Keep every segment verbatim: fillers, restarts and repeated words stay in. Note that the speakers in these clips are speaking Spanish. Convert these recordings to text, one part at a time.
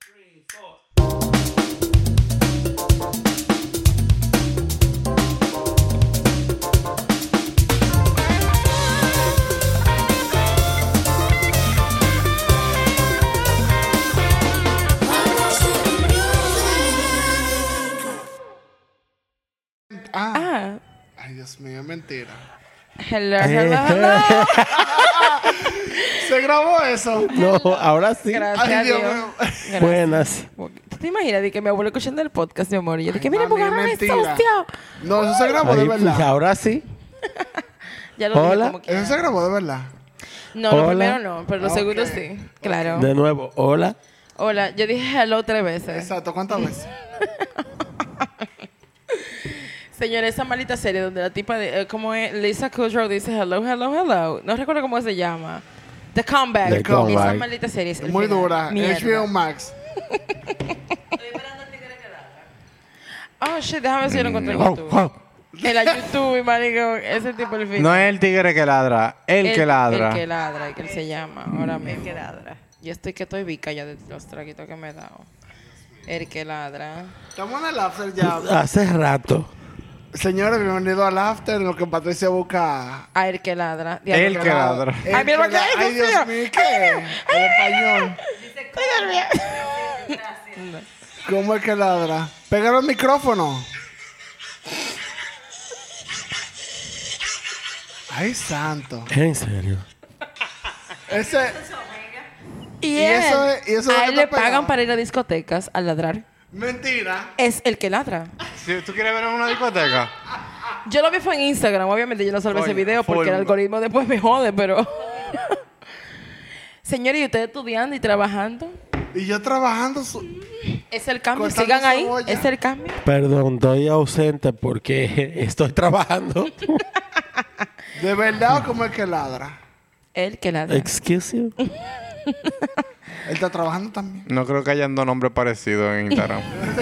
three, four. Ah. Ah. Ay, Dios mío, es mentira. Hello, hello, hello. ¿Se grabó eso? No, ahora sí. Gracias Ay, a Dios Dios. mío. Gracias. Buenas. ¿Tú te imaginas de que mi abuelo escuchando el podcast, mi amor? Y yo dije, Ay, mira, mami, porque es ahora es mentira. socio. No, eso se grabó de Ahí, pues, verdad. ahora sí. Ya lo dije Hola. como quiera. Eso se grabó de verdad. No, lo Hola. primero no, pero lo Ok. segundo sí. Claro. De nuevo, hola. Hola, yo dije hello tres veces. Exacto, ¿cuántas veces? Señores, esa maldita serie donde la tipa de, eh, como es, Lisa Kudrow dice hello, hello, hello. No recuerdo cómo se llama. The Comeback. The Esa Comeback. maldita serie es el Muy final. dura. Mierda. H B O Max. Oh, shit, déjame ver si yo lo encontré en Wow, YouTube. wow. En la YouTube, marico, ese tipo de final. No es el tigre que ladra, el, que ladra. El que ladra, el que él se llama. Ahora mismo. El que ladra. Yo estoy que estoy vica ya de los traguitos que me he dado. El que ladra. Estamos en el after ya. Hace rato. Señores, bienvenidos al after en lo que Patricia busca. Ah, el que ladra. El Diablo, que ladra. El Ay, mira lo que la- hay, Ay, Dios Dios mío. mío, ¿qué? El español. ¿Cómo es que ladra? Pégalo el micrófono. Ay, santo. En serio. Ese. Y, Y él, eso es- y eso es a lo él que le está pegado. pagan para ir a discotecas a ladrar. Mentira. Es el que ladra. Si tú quieres ver en una discoteca, Yo lo vi fue en Instagram. Obviamente yo no salvé ese Coño, video porque el full. algoritmo después me jode, pero... Señores, ¿y ustedes estudiando y trabajando? Y yo trabajando. Su... Es el cambio. Cortando Sigan ahí. cebolla. Es el cambio. Perdón, estoy ausente porque estoy trabajando. ¿De verdad o cómo es que ladra? El que ladra. Excuse you. Él está trabajando también. no creo que hayan dos nombres parecidos en Instagram.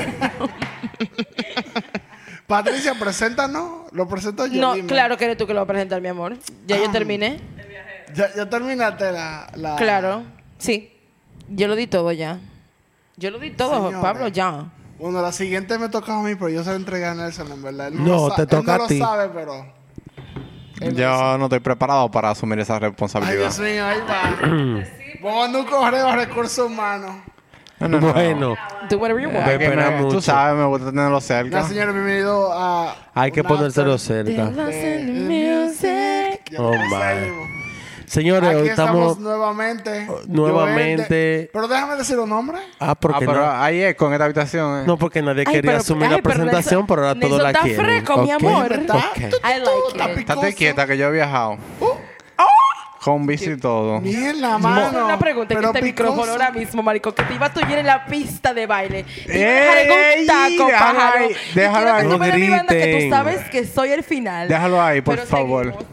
Patricia, preséntanos. Lo presento yo. No, dime. claro que eres tú que lo vas a presentar, mi amor. Ya yo Ah. terminé. Ya, ya terminaste la, la... Claro. Sí. Yo lo di todo ya. Yo lo di todo, Señores. Pablo, ya. Bueno, la siguiente me toca a mí, pero yo se la entregué a Nelson, en verdad. Él No, lo sa- te toca él no a ti. lo sabe, pero... Él Yo no estoy preparado para asumir esa Ay, responsabilidad. Dios mío, ahí va. Vamos a un correo a recursos humanos. No, no, no. Bueno, Do whatever you want. Ve- Es que espera me- mucho. tú sabes, me gusta tenerlo cerca. Ya, señores, bienvenido a... hay que un ponérselo after cerca. de- the music. Ya Oh, empezamos. my. Señores, Aquí hoy estamos estamos... nuevamente. nuevamente. Joel de- Pero déjame decir los nombres. Ah, Ah, porque pero no. hay eco en esta habitación. ¿eh? No, porque nadie Ay, quería pero- asumir ay, la pero presentación, Nelson- pero ahora todos Nelson la está quieren. fresco, mi Ok. amor. ¿Está? Ok. Tú- tú- I like tú, it. está Estate picoso. quieta que yo he viajado. Con bici y todo. Mierda, Vamos a hacer mano. una pregunta en Pero este picoso. micrófono ahora mismo, marico, que te iba a tuyo en la pista de baile. Te iba a Ey, dejar en un ey, taco, déjalo pájaro. ahí, Y déjalo quiero ahí. que tú No me mi banda que tú griten. sabes que soy el final. Déjalo ahí, por Pero favor. seguimos.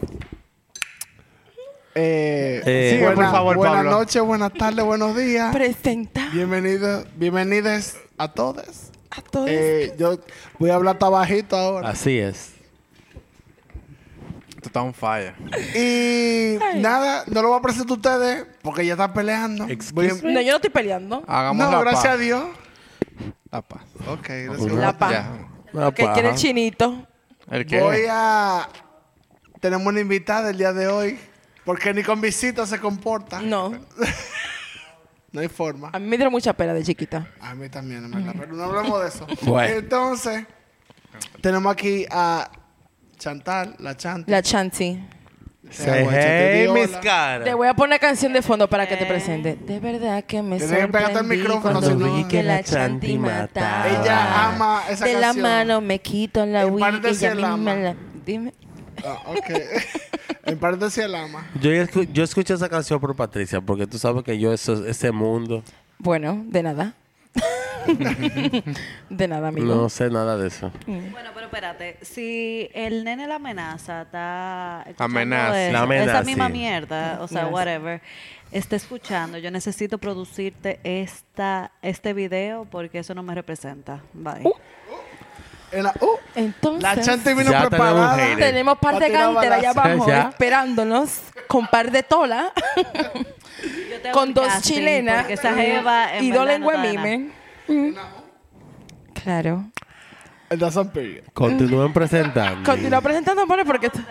Eh, Eh, Sigue, por favor, buenas Pablo. noches, buenas tardes, buenos días. Presenta Bienvenidos, bienvenidas a todos. a todos. Eh, yo voy a hablar tabajito ahora. Así es. Tú estás on fire. Y Ay. nada, no lo voy a presentar a ustedes porque ya están peleando. Excuse Voy a- me. No, yo no estoy peleando. Hagamos No, la gracias paz. a Dios. La paz. Ok, gracias. La paz. Ya. Una Que quiere el paja. chinito. ¿El qué? Voy a... Tenemos una invitada el día de hoy porque ni con visita se comporta. No. No hay forma. A mí me dieron mucha pena de chiquita. A mí también, en verdad, pero no hablamos de eso. Bueno. Entonces, tenemos aquí a Chantal, la Chanti. La Chanti. Say Agua, Chanti, hey, di mis hola. caras. Te voy a poner canción de fondo para que te presente. De verdad que me Tienes que pegarte el sorprendí micrófono, cuando si no- vi que la Chanti mataba. Ella ama esa De la canción. mano me quito la En Wii. parte Ella sí la misma ama. la... Dime. Ah, ok. En parte sí el ama. Yo, escu- yo escuché esa canción por Patricia, porque tú sabes que yo, eso, ese mundo, Bueno, de nada. de nada, amigo. no sé nada de eso. Bueno, pero espérate, si el nene la amenaza está escuchando Amenaza. eso, La amenaza, esa misma sí. mierda, o sea, Yes. whatever, está escuchando, yo necesito producirte esta este video porque eso no me representa. Bye. Uh. En la, uh, Entonces, la Chanti vino Ya tenemos preparada. hater. tenemos par Pa' de tirar cantera allá balazo. abajo Ya. esperándonos con par de tola. Yo Yo te hago con el dos casting, chilenas porque esa jeva, en y dos verdad, lenguas no está de mime. Mm. Claro. That's on period. Continúen presentando. Continúa presentando, Pone, porque... tú-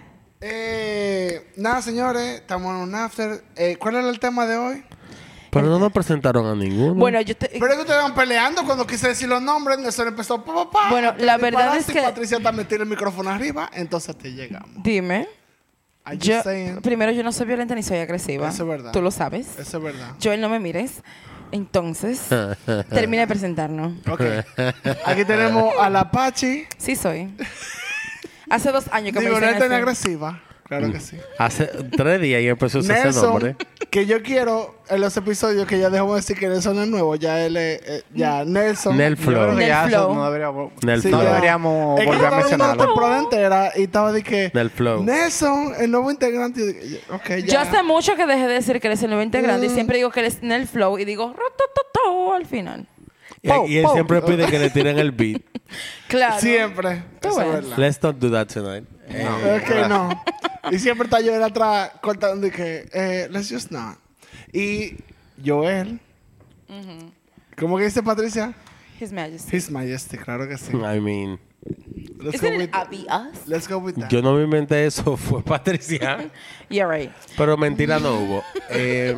Eh, nada, señores, estamos en un after. Eh, ¿Cuál era el tema de hoy? Pero no nos presentaron a ninguno. Bueno, yo te... Pero es que ustedes van peleando cuando quise decir los nombres. Eso empezó pa, pa, pa, Bueno, a la verdad dispararse es y que- Patricia también tira el micrófono arriba, entonces te llegamos. Dime. I'm just Yo, saying. primero, yo no soy violenta ni soy agresiva. Eso es verdad. Tú lo sabes. Eso es verdad. Joel, no me mires. Entonces, termina de presentarnos. Ok. Aquí tenemos a la Pachi. Sí soy. Hace dos años que Digo, me no dicen es tan así. agresiva. Claro que sí. Hace tres días y empezó a usar ese Nelson, nombre. que yo quiero en los episodios que ya dejamos de decir que Nelson es nuevo, ya él es, eh, ya Nelson. Nel Yo creo Flow. que ya Nel eso Flow. no deberíamos, Nel Sí, Flow. no ya. deberíamos Es que volver a estaba viendo la mencionarlo. temporada entera y estaba de que Nel Flow. Nelson, el nuevo integrante. y yo, Ok, ya. Yo hace mucho que dejé de decir que eres el nuevo integrante Mm. y siempre digo que eres Nel Flow y digo rotototo al final. Y, Po, y él po. siempre pide que le tiren el beat. Claro. Siempre. Tú Eso es ves. verdad. Let's not do that tonight. Es que no. Y siempre está Joel atrás cortando y que, eh, let's just not. Y Joel, ¿cómo que dice Patricia? His Majesty. His Majesty, claro que sí. I mean, Let's go Isn't with it obvious? Let's go with that. yo no me inventé eso, fue Patricia. You're right. Pero mentira no hubo. Eh,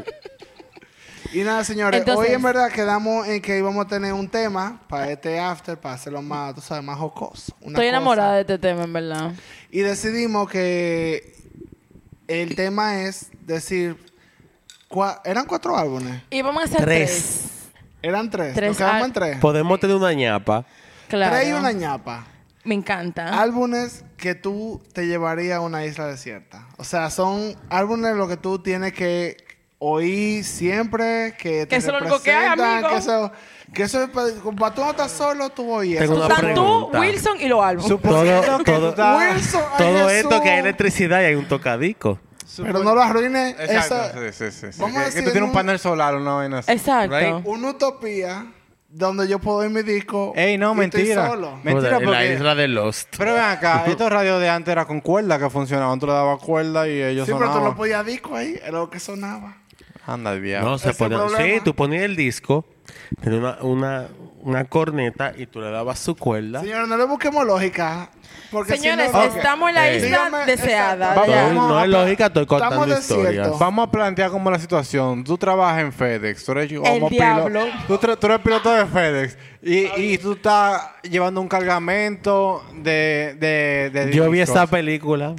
Y nada, señores, Entonces- hoy en verdad quedamos en que íbamos a tener un tema para este after, para hacerlo más, tú sabes, más jocoso. Una Estoy cosa. enamorada de este tema, en verdad. Y decidimos que el tema es decir, cua- ¿eran cuatro álbumes? Y vamos a hacer Tres. tres. Eran tres. Tres Nos quedamos al- en tres. podemos tener una ñapa. Claro. Tres y una ñapa. Me encanta. Álbumes que tú te llevarías a una isla desierta. O sea, son álbumes lo que tú tienes que oír siempre, que te Que eso es lo único que hay, representan, amigo. que eso, que eso es para, para tú no estás solo, tú oyes. Tengo eso. una Están tú, pregunta. Wilson y los álbumes. Suponiendo Todo- que tú todo- estás- Wilson, ay, Todo Jesús. esto que hay electricidad y hay un tocadico. Pero no lo arruines. Exacto, Eso, sí, sí, sí, sí. vamos a Que, que decir tú tienes un- un panel solar, una vaina así. Exacto. Right. una utopía donde yo puedo oír mi disco. Ey, no, y estoy mentira. solo. Mentira, En la porque... isla de Lost. Pero ven acá, estos radios de antes eran con cuerda que funcionaban. Tú le dabas cuerda y ellos Sí, pero tú sonaban. no podías disco ahí, era lo que sonaba. Anda, el viejo. No, se Ese ponía, problema. sí, tú ponías el disco, tenía una, una, una corneta y tú le dabas su cuerda. Señores, no le busquemos lógica. Porque Señores, si no, estamos en la Eh. isla Dígame, deseada. exacto. ya. No, no es lógica, estoy Estamos contando desiertos. historias. Vamos a plantear como la situación. Tú trabajas en FedEx. Tú eres, como diablo. pilo- tú, tra- tú eres piloto de FedEx. Y, y tú estás llevando un cargamento de, de, de Yo vi discos. esa película.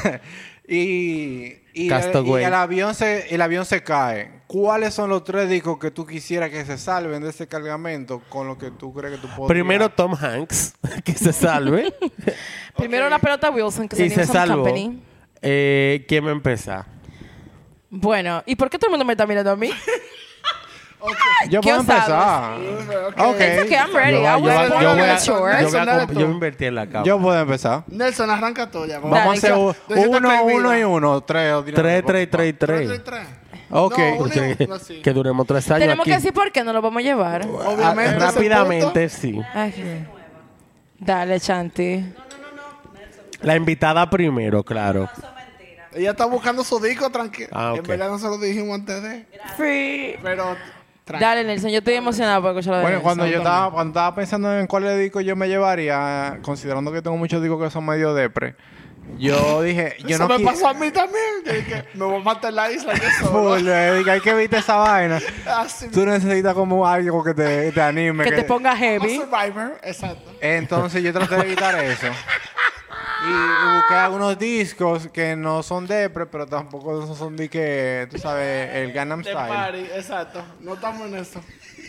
y, y, Castaway. y el avión se el avión se cae. ¿Cuáles son los tres discos que tú quisieras que se salven de ese cargamento con lo que tú crees que tú podrías? Primero Tom Hanks, que se salve. Primero la pelota Wilson, que y se se Some salvó. Company. Eh, ¿Quién me empieza? Bueno, ¿y por qué todo el mundo me está mirando a mí? Yo ¿Qué puedo os sabes? empezar. Ok. Ok. It's okay, I'm ready. Yo, I voy- yo, was voy- born yo on voy the a, shore. yo voy a Nelson, dale comp- tú. yo me invertí en la cama. Yo puedo empezar. Nelson, arranca tuya. Vamos a hacer un- Necesito uno, escribirla. uno y uno. Tres. o Tres, tres, tres, Tres, tres. tres, tres. Ok. No, uno y Que, uno, sí. que duremos tres años Tenemos aquí. que decir por qué no lo vamos a llevar. Obviamente. Ah, ese rápidamente, sí. Ay, qué- Dale, Chanti. La invitada primero, claro. punto. Ella está buscando su disco, tranquilo. Ah, ok. En verdad no se lo dijimos antes de. Free. Pero. tranqui. Dale, Nelson, yo estoy emocionada por escuchar lo de Bueno, Nelson. cuando yo estaba, cuando estaba pensando en cuáles discos yo me llevaría, considerando que tengo muchos discos que son medio depre, yo dije, yo Eso no me qui- pasó a mí también. Yo dije, me voy a matar en la isla yo Full, solo. eh, dije, hay que evitar esa vaina. Así. Tú necesitas como algo que te, te anime. Que te ponga heavy. Survivor, exacto. Entonces yo traté de evitar eso. Y, y busqué algunos discos que no son depre, pero tampoco no son de que, tú sabes, el Gangnam De Style. party, exacto. No estamos en eso.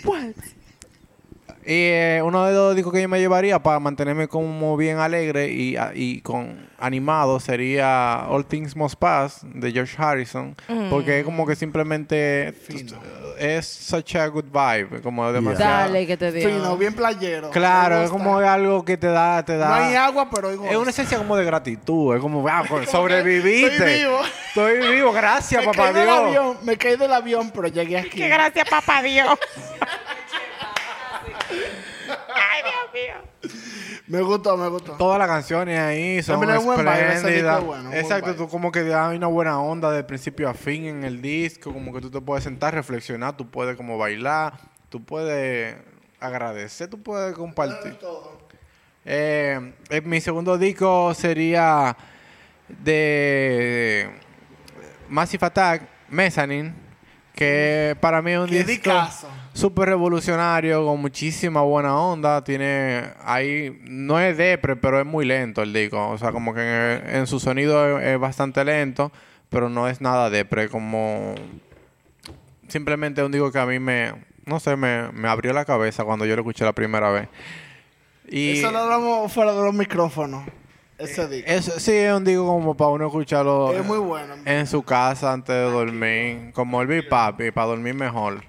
Y eh, uno de los discos que yo me llevaría para mantenerme como bien alegre y, a- y con animado sería All Things Must Pass de George Harrison. Porque es como que simplemente es such a good vibe. Como demasiado. Dale, que te digo. Fino, bien playero. Claro, Me es gusta. como algo que te da, te da. No hay agua, pero hay Es una esencia como de gratitud. Es como, wow, sobreviviste. Estoy vivo. Estoy vivo, gracias, Me papá caí del Dios. avión, me caí del avión, pero llegué aquí. Qué gracias, papá Dios. Ay, Dios mío. Me gustó, me gustó. Todas las canciones ahí son verdad, es buen vibe, ese disco espléndidas. es bueno, un buen Exacto, vibe. tú como que da una buena onda de principio a fin en el disco, como que tú te puedes sentar, reflexionar, tú puedes como bailar, tú puedes agradecer, tú puedes compartir. Eh, eh, mi segundo disco sería de Massive Attack, Mezzanine, que para mí es un Qué disco discazo. súper revolucionario, con muchísima buena onda. Tiene ahí, no es depre, pero es muy lento el disco. O sea, como que en, en su sonido es, es bastante lento, pero no es nada depre. Como simplemente un disco que a mí me, no sé, me, me abrió la cabeza cuando yo lo escuché la primera vez. Y Eso lo hablamos fuera de los micrófonos. Ese disco. eso sí es un disco como para uno escucharlo Es muy bueno. en su casa antes de dormir, como el Big Papi, para dormir mejor.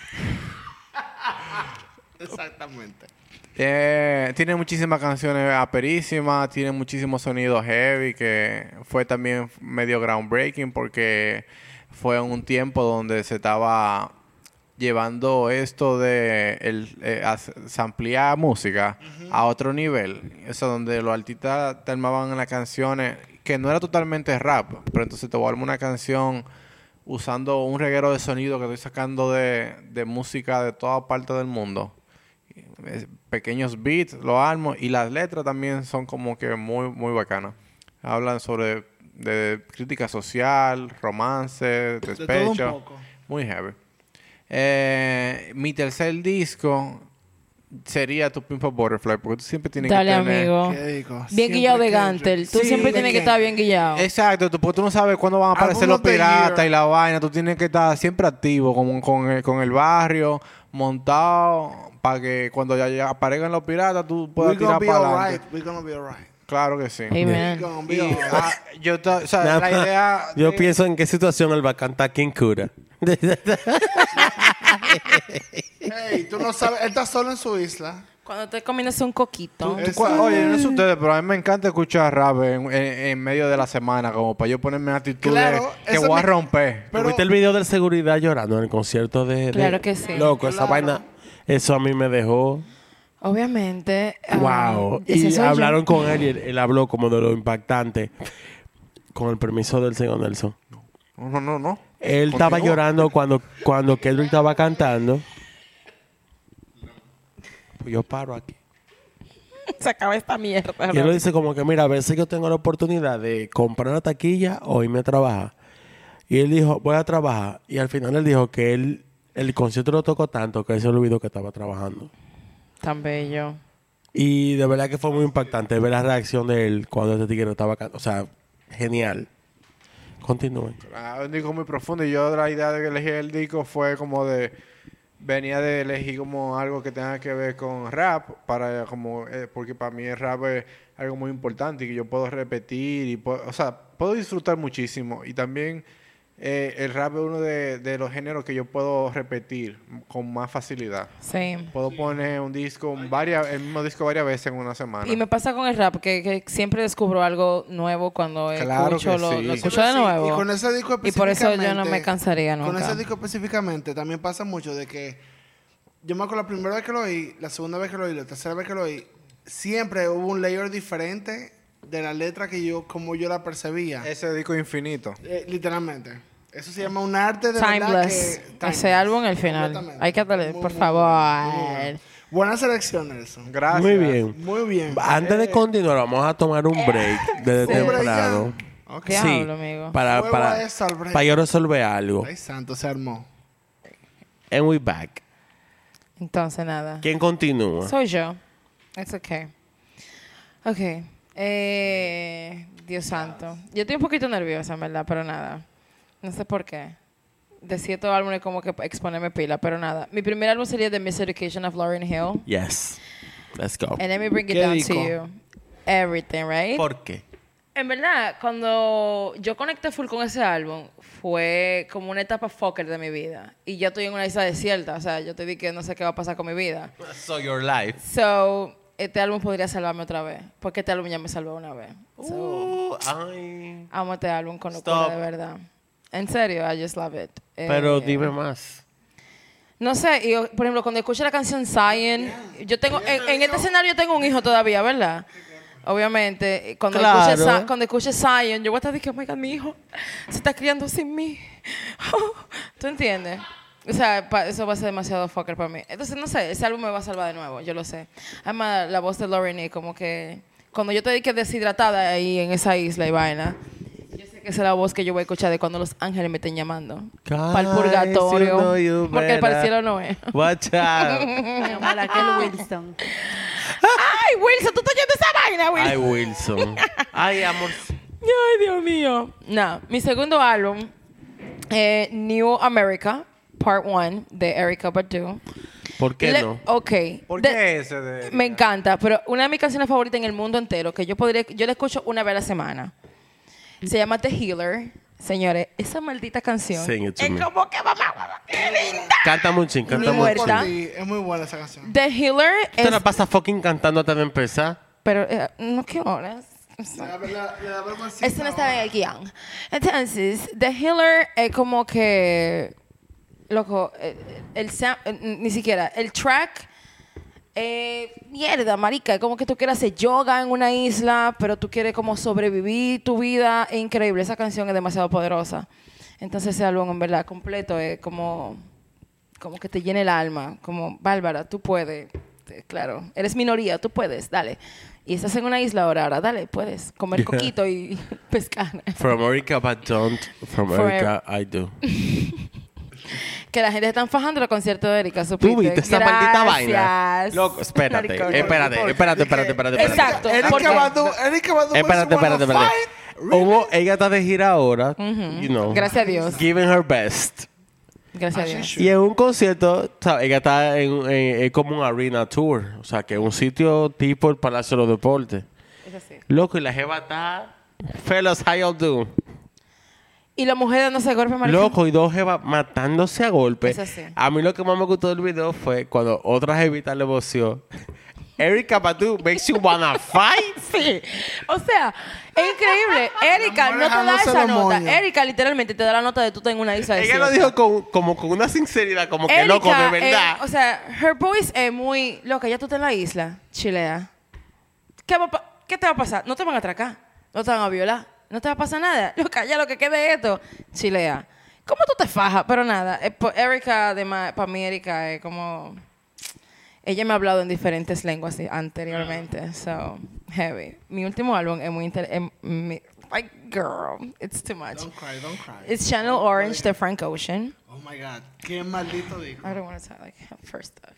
Exactamente. Eh, tiene muchísimas canciones aperísimas, tiene muchísimos sonidos heavy, que fue también medio groundbreaking porque fue en un tiempo donde se estaba llevando esto de el, eh, as- samplear música a otro nivel. Eso donde los artistas te armaban las canciones que no era totalmente rap, pero entonces te voy a armar una canción usando un reguero de sonido que estoy sacando de, de música de toda parte del mundo. Eh, Pequeños beats, lo armo y las letras también son como que muy, muy bacanas. Hablan sobre de crítica social, romance, De todo un despecho. poco. Muy heavy. Eh, mi tercer disco sería Tu Pimp a Butterfly, porque tú siempre tienes Dale, que tener... amigo. Qué disco. Bien Siempre guillado de Kendrick. Gantel. Tú Sí, siempre de tienes que Kendrick. estar bien guillado. Exacto, tú, porque tú no sabes cuándo van a aparecer los Algunos de piratas year. y la vaina. Tú tienes que estar siempre activo con, con, el, con el barrio, montado, para que cuando ya, ya aparezcan los piratas tú puedas We're gonna tirar be para alright. adelante. We're gonna be alright. Claro que sí. We're Amen. gonna be Y, alright. ah, yo, ta- o sea, Nada la más. idea... Yo de- pienso en qué situación él va a cantar King Cura. Hey, tú no sabes. Él está solo en su isla. Cuando te comienzas un coquito. Tú- Tú cua- Oye, no sé ustedes, pero a mí me encanta escuchar rap en, en- en medio de la semana, como para yo ponerme en actitud Claro, de que eso voy a me- romper. Pero- ¿Viste el video del seguridad llorando en el concierto de... de- Claro que sí. Loco, esa Claro. vaina, eso a mí me dejó... Obviamente. ah, Wow. ese Y soy yo. hablaron con él y él, él habló como de lo impactante. Con el permiso del señor Nelson. No, no, no, no. Él estaba Continúa. llorando cuando, cuando Kendrick estaba cantando. Pues yo paro aquí. Se acaba esta mierda. Y él le dice como que, mira, a ver si yo tengo la oportunidad de comprar una taquilla o irme a trabajar. Y él dijo, voy a trabajar. Y al final él dijo que él, el concierto lo tocó tanto que él se olvidó que estaba trabajando. Tan bello. Y de verdad que fue muy impactante ver la reacción de él cuando este tigre estaba cantando. O sea, genial. Continúen. Ah, un disco muy profundo. Y yo la idea de que elegí el disco fue como de... Venía de elegir como algo que tenga que ver con rap, para como eh, porque para mí el rap es algo muy importante y que yo puedo repetir y puedo, o sea, puedo disfrutar muchísimo. Y también eh, el rap es uno de, de los géneros que yo puedo repetir con más facilidad. Sí. Puedo poner un disco, varias, el mismo disco varias veces en una semana. Y me pasa con el rap, que, que siempre descubro algo nuevo cuando Claro escucho que lo, sí. lo escucho de Sí, nuevo. Y con ese disco Y por eso yo no específicamente- me cansaría nunca. Con ese disco específicamente también pasa mucho de que yo me acuerdo la primera vez que lo oí, la segunda vez que lo oí, la tercera vez que lo oí, siempre hubo un layer diferente de la letra que yo, como yo la percibía. Ese disco infinito. Eh, literalmente. Eso se llama un arte de verdad Timeless. que... Ese timeless. álbum, el final. Completamente. Hay que darle, Muy, por muy favor. bueno, muy bueno. Buena selección, Nelson. Gracias. Muy bien. Muy bien. Antes de continuar, vamos a tomar un break desde Sí. temprano. Ok. Diablo, amigo. Para, Fuego para, a eso, al break. para yo resolver algo. Ay, santo, se armó. And we back. Entonces, nada. ¿Quién continúa? Soy yo. It's okay. Ok. Eh, Dios santo. Yo estoy un poquito nerviosa, en verdad, pero nada. No sé por qué. De cierto álbum es como que exponerme pila, pero nada. Mi primer álbum sería The Miseducation of Lauryn Hill. Yes. Let's go. And let me bring it ¿Qué down disco? to you. Everything, right? ¿Por qué? En verdad, cuando yo conecté full con ese álbum, fue como una etapa fucker de mi vida. Y yo estoy en una isla desierta. O sea, yo te di que no sé qué va a pasar con mi vida. So your life. So, este álbum podría salvarme otra vez. Porque este álbum ya me salvó una vez. So, Uh, ay. amo este álbum con locura, Stop. de verdad. En serio, I just love it. Pero Eh, dime más. No sé, y, por ejemplo, cuando escucho la canción Zion, yo tengo, en, en este escenario tengo un hijo todavía, ¿verdad? Obviamente, cuando Claro. escuche, Zi- cuando escuche Zion, yo voy a estar diciendo, oh my God, mi hijo se está criando sin mí. ¿Tú entiendes? O sea, pa- eso va a ser demasiado fucker para mí. Entonces, no sé, ese álbum me va a salvar de nuevo, yo lo sé. Además, la voz de Lauryn Hill, como que cuando yo te dije deshidratada ahí en esa isla y vaina, yo sé que esa es la voz que yo voy a escuchar de cuando los ángeles me estén llamando. Para el Guys, purgatorio. you know you Porque para el better. cielo no es. Watch out. Como Raquel Wilson. ¡Ay, Wilson! ¿Tú estás oyendo esa vaina, Wilson? Ay, Wilson. Ay, amor. Ay, Dios mío. No, mi segundo álbum, eh, New America, Part One, de Erykah Badu. ¿Por qué Le- no? Ok. ¿Por De- qué ese de Me encanta, pero una de mis canciones favoritas en el mundo entero, que yo podría, yo la escucho una vez a la semana, se llama The Healer. Señores, esa maldita canción Sing it to es me. como que mamá, mamá, qué linda. Canta mucho, canta Ni mucho. muerta. Por ti, es muy buena esa canción. The Healer Te es... la pasas fucking cantando antes de empezar. Pero, eh, no, ¿qué horas? Le da- le da- le da vergüencita Este no está ahora. en el guión. Entonces, The Healer es como que... Loco, eh, el sound- eh, ni siquiera. El track... Eh, mierda, marica. Es como que tú quieres hacer yoga en una isla, pero tú quieres como sobrevivir tu vida. Es increíble. Esa canción es demasiado poderosa. Entonces, ese álbum, en verdad, completo, es como... Como que te llena el alma. Como, Bárbara, tú puedes. Eh, Claro, eres minoría, tú puedes, dale. Y estás en una isla ahora, ahora, dale, puedes comer Yeah. coquito y pescar. From America, but don't. From Forever. America, I do. Que la gente está fajando los conciertos de Erika, supiste. ¿Tú viste esa maldita vaina? Gracias. Loco, espérate, Maricón. espérate, espérate, espérate, espérate, espérate. Exacto. ¿por qué? Erykah Badu, Erykah Badu Espérate, was espérate, wanna espérate. fight. Hubo, ella está de gira ahora, you know. Gracias a Dios. Giving her best. Gracias a Así Dios. es. Y en un concierto, ¿sabes? Ella está en, en- es como un arena tour. O sea, que es un sitio tipo el Palacio de los Deportes. Es así. Loco, y la jeva está... Fellas, how y'all do? Y la mujer dándose golpe, maricón. Loco, y dos jevas matándose a golpes. Es así. A mí lo que más me gustó del video fue cuando otra jevita le voció. Erykah Badu makes you wanna fight. Sí. O sea, es increíble. Erika no te da dejándose esa los nota. moños. Erika literalmente te da la nota de tú estás en una isla de Ella lo dijo con, como con una sinceridad, como que loco, de verdad. o sea, her voice es muy loca. Ya tú estás en la isla, chilea. ¿Qué, va a pa- ¿Qué te va a pasar? No te van a atracar. No te van a violar. No te va a pasar nada. Loca, ya lo que quede es esto, chilea. ¿Cómo tú te fajas? Pero nada. eh, po- Erika, además, para mí, Erika es como... Ella me ha hablado en diferentes lenguas sí, anteriormente. So, heavy. Mi último álbum es muy interesante. Like, girl, it's too much. Don't cry, don't cry. It's Channel Orange de Frank Ocean. Oh my God. Qué maldito disco. I don't want to talk like first stuff.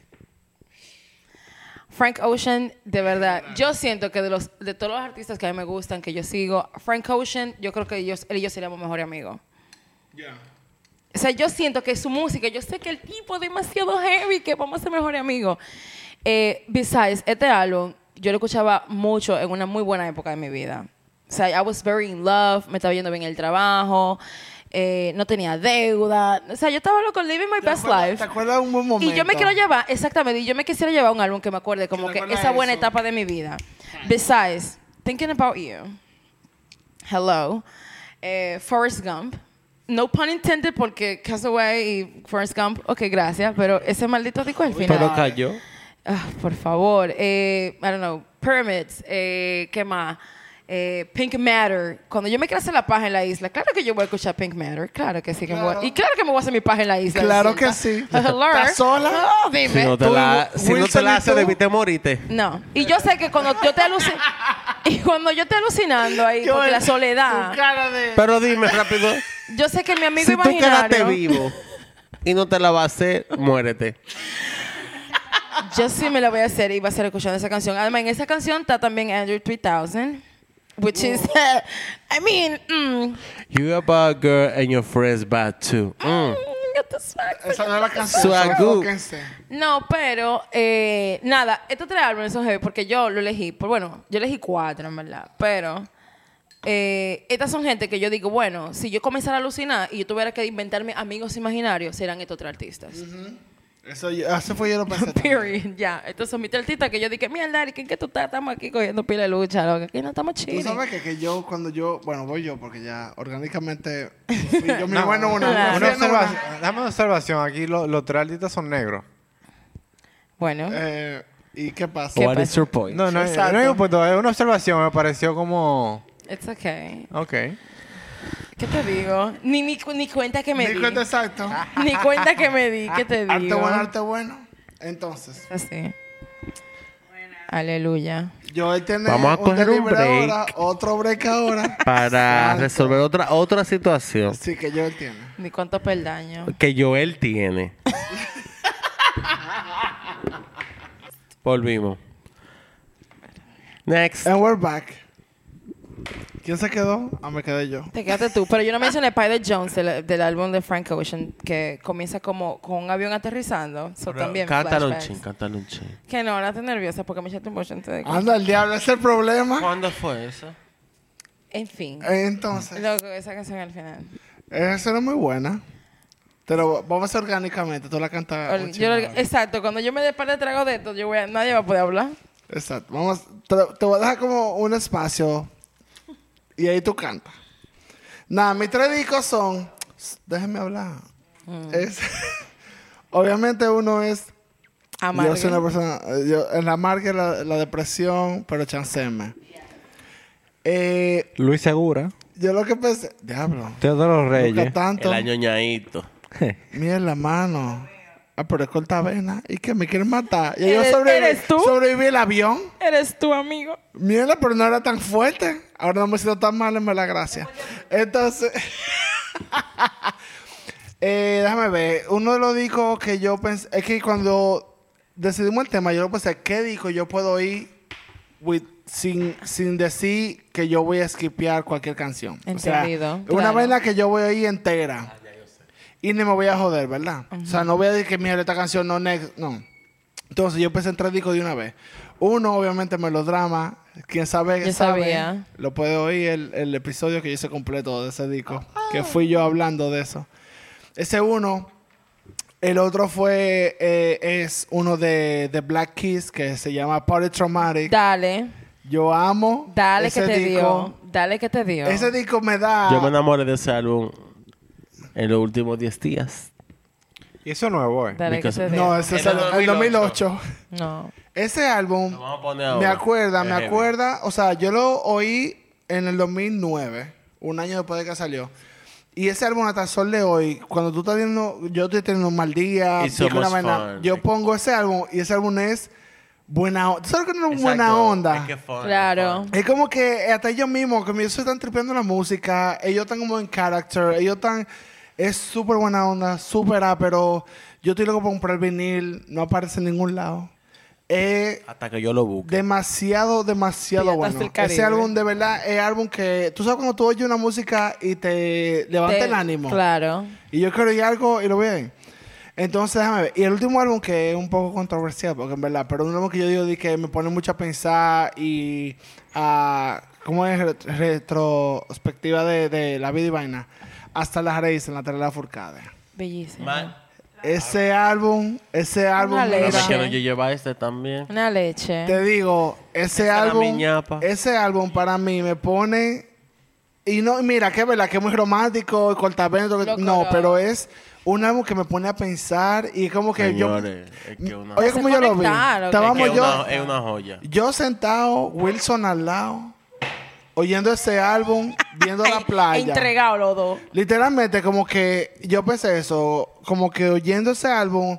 Frank Ocean, de verdad, yo siento que de los de todos los artistas que a mí me gustan, que yo sigo, Frank Ocean, yo creo que ellos, él y yo seríamos mejores amigos. Yeah. O sea, yo siento que su música, yo sé que el tipo es demasiado heavy, que vamos a ser mejores amigos. Eh, besides, este álbum, yo lo escuchaba mucho en una muy buena época de mi vida. O sea, I was very in love, me estaba yendo bien el trabajo, eh, no tenía deuda. O sea, yo estaba loco, living my ¿Te best acuerdas- life. ¿Te acuerdas de un buen momento? Y yo me quiero llevar, exactamente, y yo me quisiera llevar un álbum que me acuerde como ¿Te que acuerdas esa de buena eso? etapa de mi vida. Besides, Thinking About You, Hello, eh, Forrest Gump, no pun intended porque Castaway y Forrest Gump, ok, gracias, pero ese maldito disco al final. Pero cayó. Ah, por favor, eh, I don't know, Pyramids, eh, ¿qué más? Eh, Pink Matter. Cuando yo me quiera hacer la paja en la isla, claro que yo voy a escuchar Pink Matter. Claro que sí que me voy a- Claro. Y claro que me voy a hacer mi paja en la isla. Claro desierta. que sí. Hello. ¿Estás sola? No, dime. Si no te Tú, la, si no te Wilson, la ¿y haces, tú? debiste morirte. No. Y yo sé que cuando yo te alucino... y cuando yo te alucinando ahí, porque la soledad... Tu cara de... Pero dime rápido. Yo sé que mi amigo Si tú quedaste imaginario... vivo y no te la vas a hacer, muérete. Yo sí me la voy a hacer y voy a estar escuchando esa canción. Además, en esa canción está también Andrew three thousand, which is, I mean, mm, You a bad girl and your friends bad too. Mm. get the swag. Esa no es la canción. Swagoo. Enfóquense. No, pero eh, nada, estos tres álbumes son heavy porque yo lo elegí, por bueno, yo elegí cuatro en verdad, pero eh, estas son gente que yo digo, bueno, si yo comenzara a alucinar y yo tuviera que inventarme amigos imaginarios, serán estos tres artistas. Eso, yo- eso fue yo lo pensé. Period. Ya. Entonces, mi artista que yo dije, mierda, Eric, ¿en qué tú estás? Estamos aquí cogiendo pila de lucha, loco. Aquí no estamos Tú chidos. sabes que, que yo, cuando yo, bueno, voy yo, porque ya orgánicamente, fui yo me iba en una. Claro. me Una fui en una. observación, dame una observación. Aquí lo- los tres artistas son negros. Bueno. Eh, ¿Y qué pasa? ¿Qué What is pasa? your point? No, no, Exacto. no hay un punto. Es una observación. Me pareció como... It's okay. Ok. ¿Qué te digo? Ni, ni, ni cuenta que me Ni di. cuenta exacto. Ni cuenta que me di. ¿Qué te digo? Arte bueno, arte bueno. Entonces, Así. Aleluya. yo él tiene Vamos a un coger un delivery break. ahora, otro break ahora. Para Santo. resolver otra otra situación Sí, que yo él tiene. Ni cuánto peldaño. que Joel tiene. Volvimos. Next. And we're back. ¿Quién se quedó? Ah, me quedé yo. Te quedaste tú. Pero yo no mencioné Spider Jones del, del álbum de Frank Ocean, que comienza como con un avión aterrizando. So, también Cántalo un flashbacks. chin, cántalo un chin. Que no, ahora estoy nerviosa porque me echaste un boche antes de que... Anda, el diablo, ese es el problema. ¿Cuándo fue eso? En fin. Entonces, Loco, esa canción al final. esa no es muy buena. Pero vamos a hacer orgánicamente. Tú la cantas. Or- un yo lo- chingo. exacto, cuando yo me dé par de trago de esto, yo voy a- nadie va a poder hablar. Exacto. Vamos, te, te voy a dejar como un espacio y ahí tú cantas. Nada, mis tres discos son. Déjenme hablar. Mm. Es, obviamente uno es. Amarga. Yo soy una persona. Yo, en la marca la, la depresión, pero chanceme. Eh, Luis Segura. yo lo que pensé. Diablo. Teodoro Nunca Reyes. tanto. El añoñadito. Mierda, mano. Ah, pero es cortavena. ¿Y que me quieren matar? Y yo ¿Eres- sobreviví, eres tú? sobreviví el avión. Eres tu amigo. Mierda, pero no era tan fuerte. Ahora no me siento tan mal, me la gracia. Entonces, eh, déjame ver. Uno de los discos que yo pensé, es que cuando decidimos el tema, yo lo pensé, ¿qué disco yo puedo ir with- sin, sin decir que yo voy a skipear cualquier canción? Entendido, O sea, claro. una vaina que yo voy a ir entera. Y ni me voy a joder, ¿verdad? O sea, no voy a decir que mira esta canción no next, no. Entonces yo pensé en tres discos de una vez. Uno, obviamente, Melodrama. Quien sabe, Yo sabe. sabía. Lo puede oír el, el episodio que yo hice completo de ese disco. Que fui yo hablando de eso. Ese uno. El otro fue, eh, es uno de, de Black Keys que se llama Party Traumatic. Dale. Yo amo Dale ese que te disco. dio. Dale que te dio. Ese disco me da... Yo me enamoré de ese álbum en los últimos diez días. Y eso es nuevo, eh. Dale que Because- te dio. No, ese es En el, el el dos mil ocho. No. Ese álbum... Lo vamos a poner Me ahora. acuerda, Es me heavy. acuerda, o sea, yo lo oí en el dos mil nueve, un año después de que salió. Y ese álbum hasta el sol de hoy, cuando tú estás viendo, yo estoy teniendo un mal día, Y pico so una much vaina, fun. yo pongo ese álbum y ese álbum es buena onda. ¿Tú sabes que no es Exacto. buena onda? Es que fun, Claro. fun. Es como que hasta ellos mismos, como ellos se están tripeando la música, ellos están como en character, ellos están... Es súper buena onda, súper pero yo estoy loco por comprar el vinil, no aparece en ningún lado. Es Hasta que yo lo busque. demasiado, demasiado Piratas bueno. del Caribe. Ese álbum de verdad es álbum que... Tú sabes cuando tú oyes una música y te levanta Te- el ánimo. Claro. Y yo quiero oír algo y lo voy a ir. Entonces, déjame ver. Y el último álbum que es un poco controversial, porque en verdad, pero un álbum que yo digo de que me pone mucho a pensar y a... ¿Cómo es? Re- retrospectiva de, de la vida y vaina. Hasta las raíces en la tela furcada. Bellísimo. Man, Ese álbum, ese álbum... Una mira, no leche. me quiero yo llevar este también. Una leche. te digo, ese Esa era álbum... mi ñapa. Ese álbum para mí me pone... Y no, mira, que es verdad que es muy romántico y cortavento. que- Loco, No, no. pero es un álbum que me pone a pensar y como que Señores, es que yo... una, Oye, Hace como yo lo vi. conectar, ¿ok? es Estábamos que yo... una- es una joya. Yo sentado, Wilson al lado, oyendo ese álbum, viendo la playa. Entregado los dos. Literalmente, como que yo pensé eso, como que oyendo ese álbum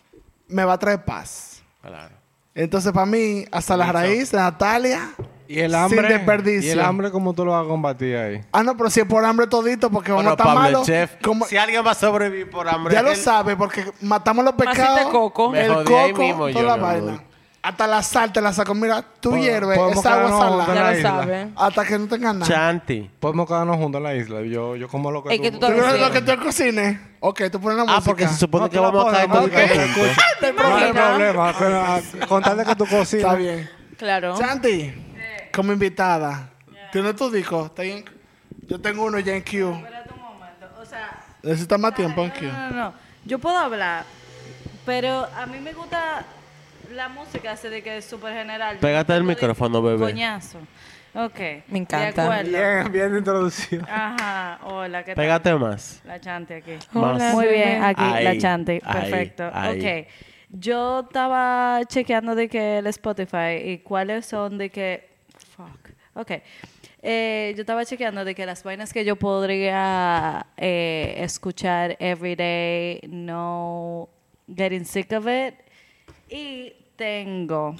me va a traer paz. Claro. Entonces, para mí, hasta la Wilson. raíz, Natalia, Y el hambre. sin desperdicio. Y el hambre, ¿cómo tú lo vas a combatir ahí? Ah, no, pero si es por hambre todito, porque vamos a Bueno, estar Pablo, malos. el chef, como- si alguien va a sobrevivir por hambre, ya lo él- sabe, porque matamos los Masita pecados. de coco. Me El jodí ahí coco, mismo toda yo, la mi vaina. amor. Hasta la sal te la saco. Mira, tú Po- hierves podemos esa agua quedarnos salada. juntos en Ya la lo isla. sabe. Hasta que no tengas nada. Chanti. Podemos quedarnos juntos en la isla. Yo, yo como lo que Es tú... que tú ¿Tú estás quieres lo diciendo. que tú cocines? Ok, tú pones la música. Ah, porque se supone No, que tú la vamos a pones, caer no, toditos ok. juntos. ¿Te No hay imaginas? problema. Pero, ah, con tal de que tú cocinas. Está bien. Claro. Santi, como invitada, ¿tienes tu disco? ¿Está bien? Yo tengo uno ya en Q. Espérate un momento. O sea, Necesitas más tiempo en Q. no, no, no. Yo puedo hablar Pero a mí me gusta la música así de que es súper general. Pégate el Tipo de micrófono, bebé. Coñazo. Ok. Me encanta. De acuerdo. Bien, bien introducido. Ajá. Hola, ¿qué tal? Pégate más. La chante aquí. Más. Muy bien, aquí Ahí, la chante. ahí, Perfecto. ahí. Ok. Yo estaba chequeando de que el Spotify y cuáles son de que... Fuck. Ok. Eh, yo estaba chequeando de que las vainas que yo podría eh, escuchar every day, no getting sick of it. Y tengo...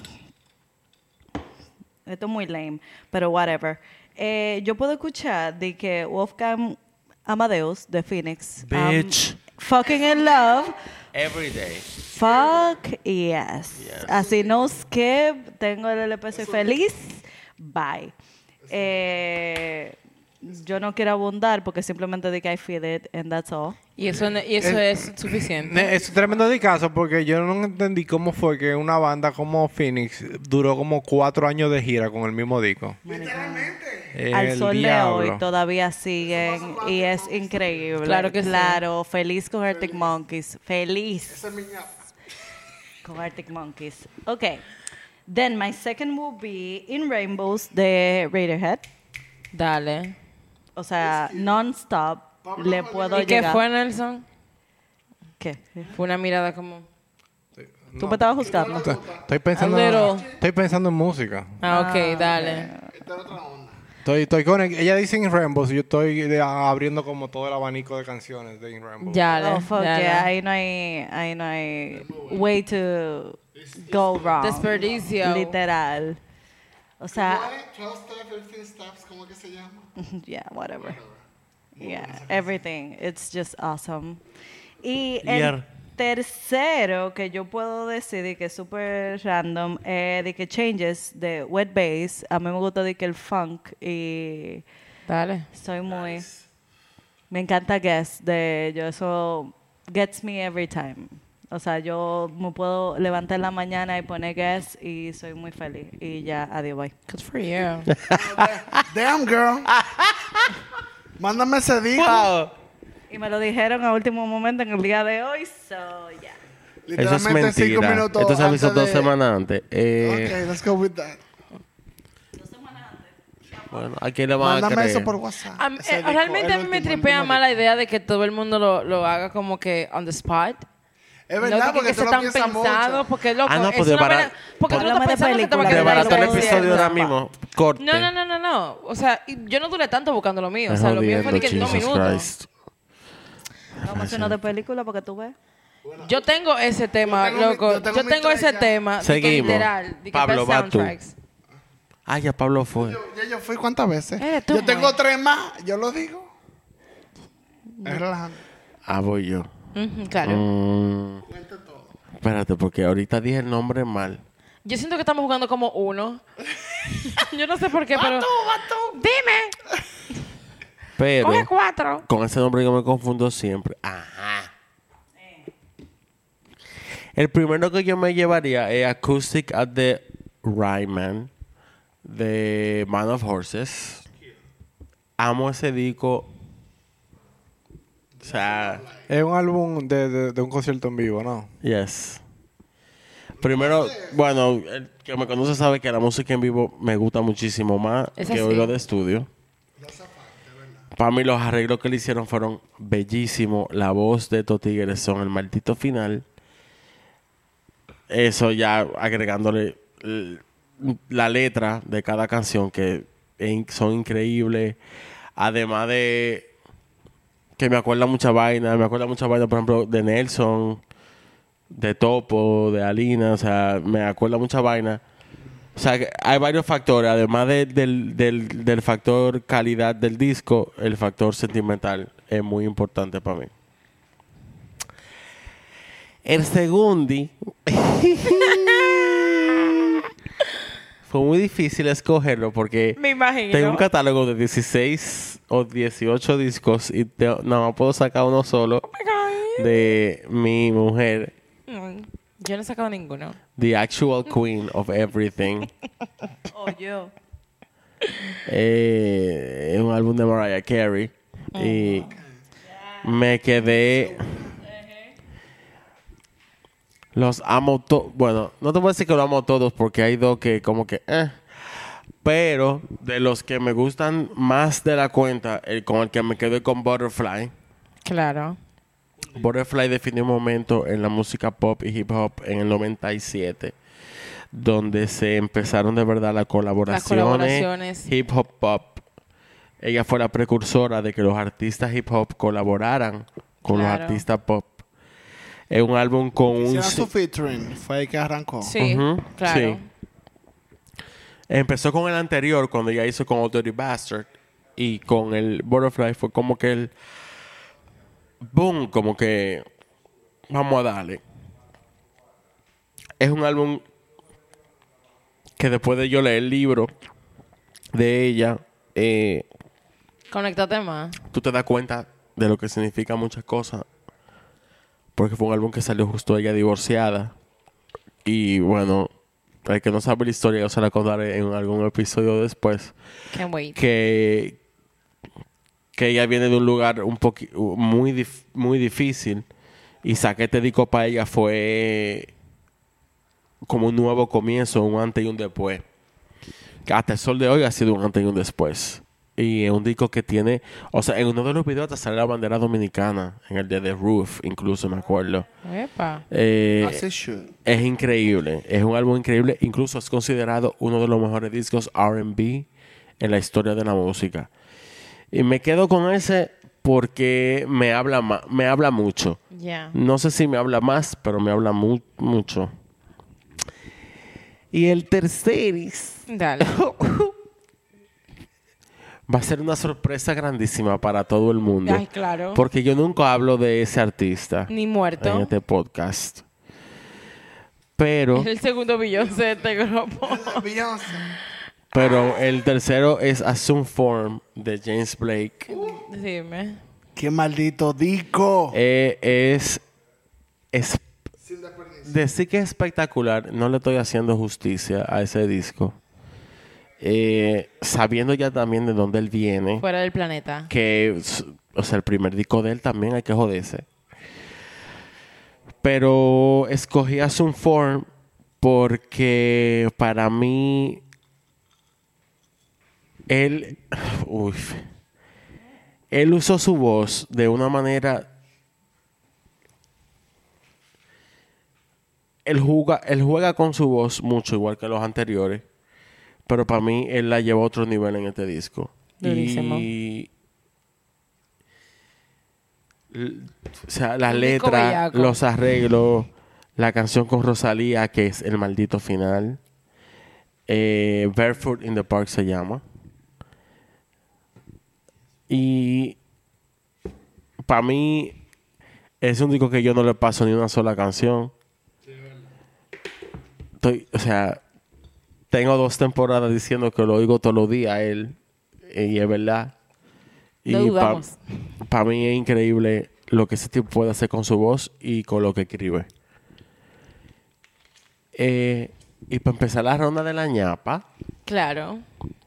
Esto es muy lame, pero whatever. Eh, yo puedo escuchar de que Wolfgang Amadeus de Phoenix. um, Bitch. fucking in love. Every day. Fuck yes. Yes. Así no skip. Tengo el L P, soy feliz. Bye. Eh, yo no quiero abundar porque simplemente de que I feel it and that's all. Y eso, no- y eso Eh, es suficiente. Ne- Es tremendo de caso porque yo no entendí cómo fue que una banda como Phoenix duró como cuatro años de gira con el mismo disco. Al El sol diablo. de hoy todavía siguen y es increíble. Claro que sí. Claro, feliz con Arctic Monkeys. Feliz Esa es mi ñapa. con Arctic Monkeys. Okay. Then my second will be In Rainbows de Radiohead. Dale. O sea, non-stop le puedo ¿Y qué llegar. fue, Nelson? ¿Qué? Fue una mirada como... ¿Tú me estabas juzgando? Estoy- Estoy pensando, A little. estoy pensando en música. Ah, ok, dale. Esta es otra onda. Estoy, estoy con ella dice In Rainbows y yo estoy de- abriendo como todo el abanico de canciones de In Rainbows. Dale. Oh, fuck dale. yeah. Ahí no hay, ahí no hay way to go wrong. Desperdicio. Literal. O sea, twelve steps, fifteen steps, ¿cómo que se llama? yeah, whatever. Yeah, everything. It's just awesome. Y Yeah. el tercero que yo puedo decir y que es súper random, eh, de que Changes de Wet Bass. A mí me gusta de que el funk y Dale. soy muy... Me encanta Guess de yo. Eso gets me every time. O sea, yo me puedo levantar en la mañana y poner Guess y soy muy feliz. Y ya, adiós, bye. Good for you. Damn, girl. Mándame ese disco. Wow. Y me lo dijeron a último momento en el día de hoy, so yeah. Eso es Literalmente cinco mentira. minutos Esto se avisó antes dos de- semanas antes. Eh, Ok, let's go with that. Bueno, ¿a quién le van a Mándame creer? eso por WhatsApp. A mí- Ese eh, disco, realmente el a mí me último, el tripea último más la disco. idea de que todo el mundo lo, lo haga como que on the spot. Es No verdad, de porque que tú sea lo tan piensas pensado, mucho. porque loco, Ah, no, es pues de una bara- vaina- porque tú no Háblame estás de pensando que te va a película, quedar de Desbaratar el lo que episodio diciendo. ahora mismo. Corte. No, no, no, no, no. O sea, y yo no duré tanto buscando lo mío. O Es sea, lo mío fue de que en jodiendo, dos Jesus minutos. Christ. Vamos a hacer uno de película porque tú ves. Yo tengo ese tema, Yo tengo mi- loco. yo tengo Yo mi tengo tres ese ya. tema. de que Seguimos. literal. De que Pablo, best va tú. soundtracks. Ah, ya Pablo fue. Yo, ya yo fui cuántas veces. Eres tú, Yo tengo man. tres más, yo lo digo. Es relajante. Ah, voy yo. Ujú, claro. Mm, Cuenta todo. espérate, porque ahorita dije el nombre mal. Yo siento que estamos jugando como uno. Yo no sé por qué, pero... Dime. Pero Coge cuatro. con ese nombre yo me confundo siempre. Ajá. El primero que yo me llevaría es Acoustic at the Ryman de Man of Horses. Amo ese disco. O sea, Es un álbum de, de, de un concierto en vivo, ¿no? yes. Primero, bueno, el que me conoce sabe que la música en vivo me gusta muchísimo más Es que así. oírlo de estudio. Para mí los arreglos que le hicieron fueron bellísimos. La voz de estos tigres son el maldito final. Eso ya agregándole l- la letra de cada canción que in- son increíbles. Además de que me acuerda mucha vaina. Me acuerda mucha vaina, por ejemplo, de Nelson, de Topo, de Alina. O sea, me acuerda mucha vaina. O sea, que hay varios factores. Además de- del, del, del factor calidad del disco, el factor sentimental es muy importante para mí. El segundo fue muy difícil escogerlo porque Me imagino. tengo un catálogo de dieciséis o dieciocho discos y te- no puedo sacar uno solo de mi mujer, Mm, Yo no he sacado ninguno. the actual queen of everything. Oh, yo. Eh, es un álbum de Mariah Carey y me quedé Los amo todos. Bueno, no te voy a decir que los amo todos porque hay dos que como que... Eh. Pero de los que me gustan más de la cuenta, el con el que me quedé con Butterfly. Claro. Butterfly definió un momento en la música pop y hip hop en el noventa y siete, donde se empezaron de verdad las colaboraciones, Las colaboraciones. hip hop pop. Ella fue la precursora de que los artistas hip hop colaboraran con Claro. los artistas pop. Es un álbum con un... Hicieron su featuring. Fue ahí que arrancó. Sí, Ujú, claro. sí. Empezó con el anterior, cuando ella hizo con Old Dirty Bastard. Y con el Butterfly fue como que el... Boom, como que... Vamos a darle. Es un álbum que después de yo leer el libro de ella, eh, Conéctate más. tú te das cuenta de lo que significa muchas cosas. Porque fue un álbum que salió justo ella divorciada. Y bueno, el que no sabe la historia, yo se la contaré en algún episodio después. Can't wait. Que, que ella viene de un lugar un poqui, muy, dif- muy difícil. Y saqué este disco para ella fue como un nuevo comienzo, un antes y un después. Que hasta el sol de hoy ha sido un antes y un después. Y es un disco que tiene... O sea, en uno de los videos hasta sale la bandera dominicana. En el de The Roof, incluso, me acuerdo. Epa. Eh, As it should. es increíble. Es un álbum increíble. Incluso es considerado uno de los mejores discos R and B en la historia de la música. Y me quedo con ese porque me habla, ma- me habla mucho. Ya. No sé si me habla más, pero me habla mu- mucho. Y el terceris Dale. va a ser una sorpresa grandísima para todo el mundo. Ay, claro. Porque yo nunca hablo de ese artista Ni en muerto. este podcast. Pero, Es el segundo Beyoncé de este grupo. Beyoncé. pero el tercero es Assume Form de James Blake. Dime. Qué maldito disco. Eh, es, es decir que es espectacular. No le estoy haciendo justicia a ese disco. Eh, sabiendo ya también de dónde él viene. Fuera del planeta. Que, s- o sea, el primer disco de él también hay que joderse. Pero escogí Assume Form porque para mí él, uy, él usó su voz de una manera. Él juega, él juega con su voz mucho, igual que los anteriores. Pero para mí, él la llevó a otro nivel en este disco. Durísimo. Y... l- O sea, las Un disco letras, bellaco. los arreglos, la canción con Rosalía, que es el maldito final. Eh, Barefoot in the Park se llama. Y... Para mí, es un disco que yo no le paso ni una sola canción. Estoy, o sea... Tengo dos temporadas diciendo que lo oigo todos los días a él. Y es verdad. No Y dudamos. para mí es increíble lo que ese tipo puede hacer con su voz y con lo que escribe. Eh, y para empezar la ronda de la ñapa, Claro.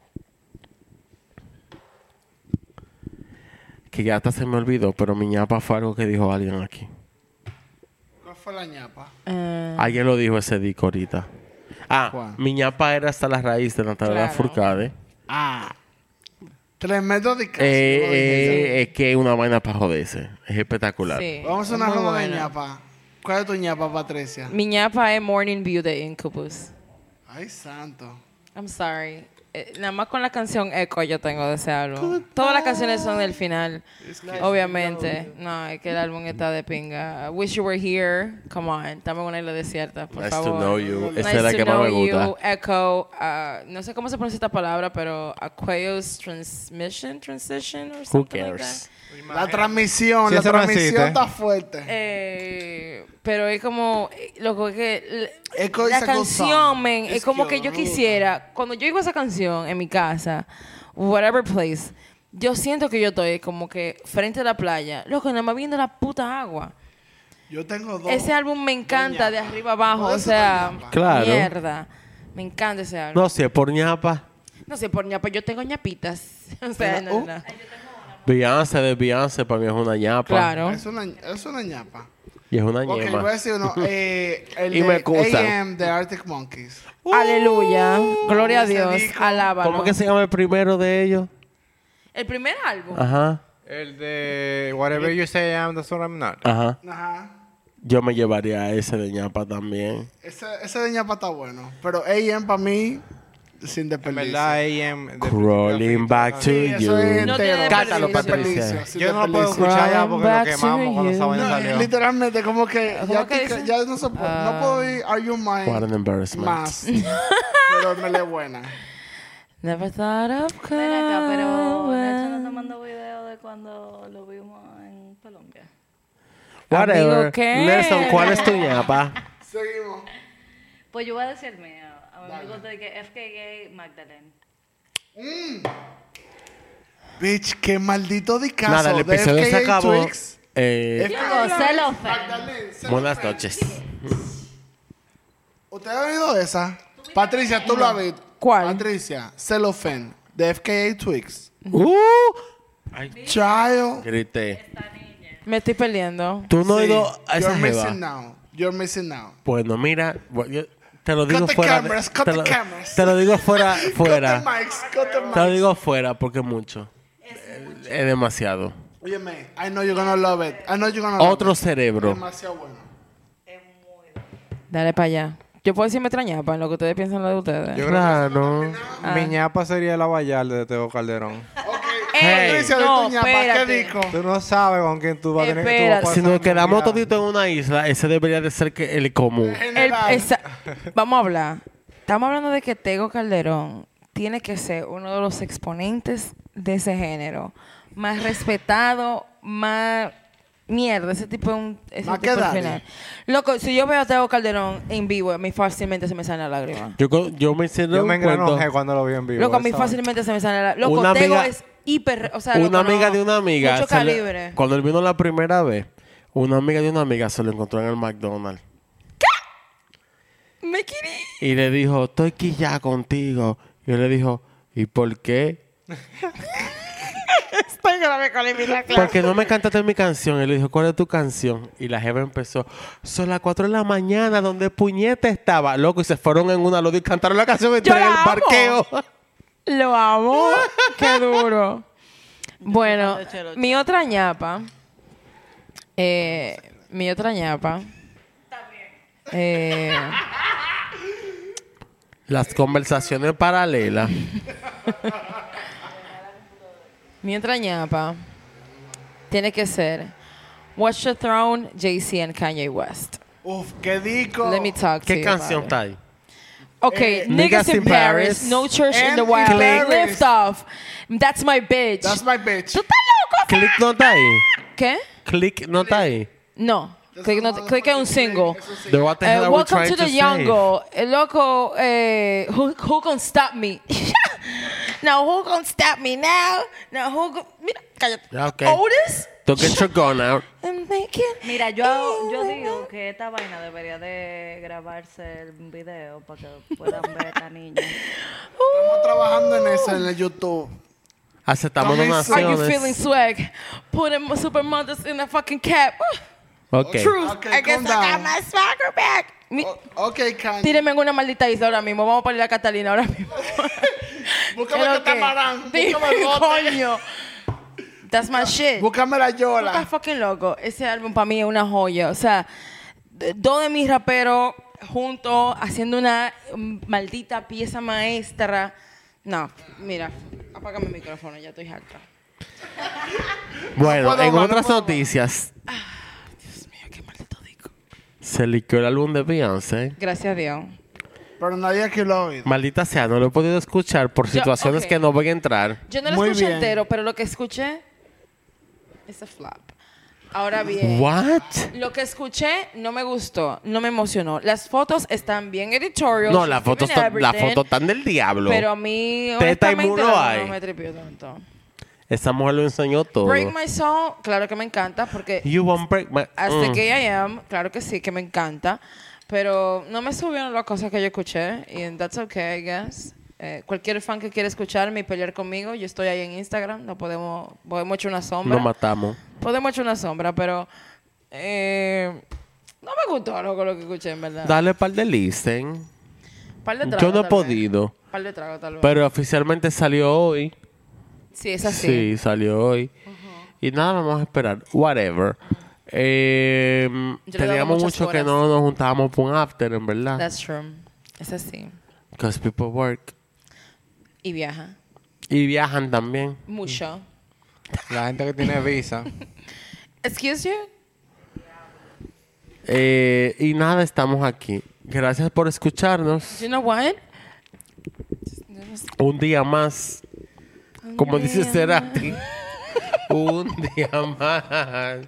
que ya hasta se me olvidó, pero mi ñapa fue algo que dijo alguien aquí. ¿Cuál fue la ñapa? Eh, Alguien lo dijo ese disco ahorita. Ah, ¿Cuál? mi ñapa era hasta la raíz de Natalia Claro. Furcade. Ah. Tremendo disco. Eh, eh, es que es una vaina para joderse. Es espectacular. sí. Vamos a hacer es una muy ronda de bueno. ñapa. ¿Cuál es tu ñapa, Patricia? Mi ñapa es Morning View de Incubus. Ay, santo. I'm sorry. Eh, nada más con la canción Echo yo tengo de ese álbum. Todas las canciones son del final. Obviamente. No, es que el álbum está de pinga. Wish You Were Here. Come on. Estamos en una isla desierta, por Nice favor. to know you. Nice Esa es la to que más know me gusta. you, Echo. uh, no sé cómo se pronuncia esta palabra, pero Aqueous Transmission, Transition, or Who something like cares? that. La transmisión, Si la eso no transmisión existe. está fuerte. Eh, pero es como, eh, loco, es que Echo l- is la a good canción, song. men, es It's como cute, que yo me gusta. quisiera, cuando yo oigo esa canción en mi casa, whatever place, yo siento que yo estoy como que frente a la playa, loco, nada más viendo la puta agua. Yo tengo dos. Ese álbum me encanta ñapa. de arriba abajo, Por o eso sea, está ñapa. Claro. mierda. Me encanta ese álbum. No, si es por ñapa. No sé, por ñapa, yo tengo ñapitas. O sea, Pero, no, uh, no. Beyoncé de Beyoncé para mí es una ñapa. Claro. Es una, es una ñapa. Y es una Ok, ñema. voy a decir uno. Eh, el Y me de excusan. A M de Arctic Monkeys. Aleluya. Gloria a ese Dios. disco. Alábalo. ¿Cómo que se llama el primero de ellos? El primer álbum. Ajá. El de Whatever You Say I Am, That's What I'm Not. Ajá. Ajá. Yo me llevaría a ese de ñapa también. Ese, ese de ñapa está bueno. Pero A M para mí, sin En desperdicio. verdad, A M... de Crawling principio a fin, back to todo. Sí, eso es you. No tiene entero. Cántalo, sin Patricia. desperdicio, sin Yo no lo puedo desperdicio. escuchar ya Crawling porque lo back to quemamos cuando esa you. vaina No, salió. literalmente, como que ¿Cómo ya, que te- dice? ya no, se puede, Ah. no puedo ir Are You Mine What an embarrassment. más. Pero me le buena. Never thought of Ven acá, pero coming. Nelson nos mandó video de cuando lo vimos en Colombia. Whatever. Amigo, ¿qué? Nelson, ¿cuál es tu ñapa? Seguimos. Pues yo voy a decir el mío. A mí me gusta de que F K A Magdalene. Bitch, qué maldito discazo. Nada, el de episodio F se K A acabó. Twix. Eh, F K A Luego, Twix, Cellophane. Magdalene, Cellophane. buenas noches. ¿Usted ha oído esa? Patricia, tú lo has visto. ¿Cuál? Patricia, Cellophane, de F K A Twix. Uh, Ay, Child. grité. Me estoy perdiendo. ¿Tú no has Sí. ido a esa You're jeva? missing now. You're missing now. Bueno, mira, bueno, yo te lo digo Cut the fuera. de- cameras, cut te, the lo, cameras. te lo digo fuera, fuera. Cut the mics, cut the Te lo mics. digo fuera porque es mucho. Es, es demasiado. Óyeme, I know you're gonna love it. I know you're gonna love Otro it. cerebro. Demasiado bueno. Dale para allá. Yo puedo decirme extrañapa en lo que ustedes piensan lo de ustedes. Yo creo Claro. Ah. que mi ñapa sería la Vallarde de Teo Calderón. Ok. Ey, Patricia, de no, tu ñapa, ¿qué espérate. disco? Tú no sabes con quién tú vas a tener que... Espera, Si nos quedamos toditos en una isla, ese debería de ser que el común. El- General. esa- vamos a hablar. Estamos hablando de que Tego Calderón tiene que ser uno de los exponentes de ese género. Más respetado, más... Mierda, ese tipo es un... Ese Más tipo que al Daddy. final. Loco, si yo veo a Tego Calderón en vivo, a mí fácilmente se me sale la lágrima. Yo, co- yo me hice Yo me un cuento. engranojé cuando lo vi en vivo. Loco, a mí ¿sabes? fácilmente se me sale la Loco, Una Tego amiga- es hiper... O sea, Una loco, amiga no, de una amiga. Mucho se le- calibre. cuando él vino la primera vez, una amiga de una amiga se lo encontró en el McDonald's. Me quiere. Y le dijo, estoy aquí ya contigo. Y él le dijo, ¿y por qué? Estoy grave con la Porque no me cantaste mi canción. Y le dijo, ¿cuál es tu canción? Y la jefa empezó, son las cuatro de la mañana, donde puñeta estaba. Loco, y se fueron en una lodo y cantaron la canción entre la el amo. parqueo. Lo amo. Qué duro. Bueno, mi otra ñapa. Eh, mi otra ñapa. Eh, Las conversaciones paralelas. mi otra ñapa tiene que ser Watch the Throne, Jay-Z and Kanye West. Uf, qué disco. Let me talk to ¿Qué you canción about está ahí? it. Okay, Eh, Niggas in Paris, No Church in And the in Wild, Paris. Lift Off, That's My Bitch. That's my bitch. ¿Tú estás loco? Click no está ahí. ¿Qué? Click no está ahí. No. Click, no, click es un single. The what the Eh, hell are we welcome trying to the say? jungle. El loco, eh, who, who can stop me? Now, who can stop me now? Now, who can... Mira, cállate. Ya, ok. Otis? Don't get your gun out. And make it- Mira, yo, yo digo que esta vaina debería de grabarse el video para que puedan ver a esta niña. Estamos trabajando en eso en el YouTube. Aceptamos Are you Are you feeling donaciones. swag? Putting supermodels in a fucking cap. Ok. Truth. Ok, I guess calm I got down. my swagger back. Mi- O- ok, Kanye. Tírenme en una maldita isla ahora mismo. Vamos a poner a Catalina ahora mismo. Búscame ¿Qué el lo que? catamarán. Dime, Búscame el bote. coño. That's my shit. Búscame la Tú estás yola. fucking loco. Ese álbum para mí es una joya. O sea, d- dos de mis raperos juntos haciendo una mm, maldita pieza maestra. No, mira, apágame el micrófono, ya estoy harta. Bueno, puedo en más, no otras puedo más. noticias, Dios mío, qué maldito disco. se liqueó el álbum de Beyoncé. Gracias a Dios. Pero nadie aquí lo ha oído. Maldita sea, no lo he podido escuchar por Yo- situaciones ok. que no voy a entrar. Yo no lo Muy escuché bien. entero, pero lo que escuché es a flop. Ahora bien, What? lo que escuché no me gustó, no me emocionó. Las fotos están bien editorial. No, las she's fotos, giving están- las everything, fotos están del diablo. Pero a mí, Teta y honestamente, mulo no, hay. no me tripió tanto. Esa mujer lo enseñó todo. Break My Soul, claro que me encanta, porque You won't break my... As Mm. the Gay I Am, claro que sí, que me encanta. Pero no me subieron las cosas que yo escuché. Y that's okay, I guess. Eh, cualquier fan que quiera escucharme y pelear conmigo, yo estoy ahí en Instagram. No podemos, podemos echar una sombra. Lo matamos. Podemos echar una sombra, pero eh, No me gustó loco, lo que escuché, en verdad. Dale par de listen. Par de tragos, Yo no he tal vez. podido. Par de tragos, tal vez. Pero oficialmente salió hoy. sí, es así. Sí, salió hoy. Y nada, vamos a esperar. Whatever. Eh, Yo le he dado teníamos muchas mucho que horas. no nos juntábamos por un after, en verdad. That's true. Es así. Because people work. Y viaja. Y viajan también. Mucho. La gente que tiene visa. Excuse you. Eh, y nada, estamos aquí. Gracias por escucharnos. You know what? Un día más. Como dice día Cerati. Un día más.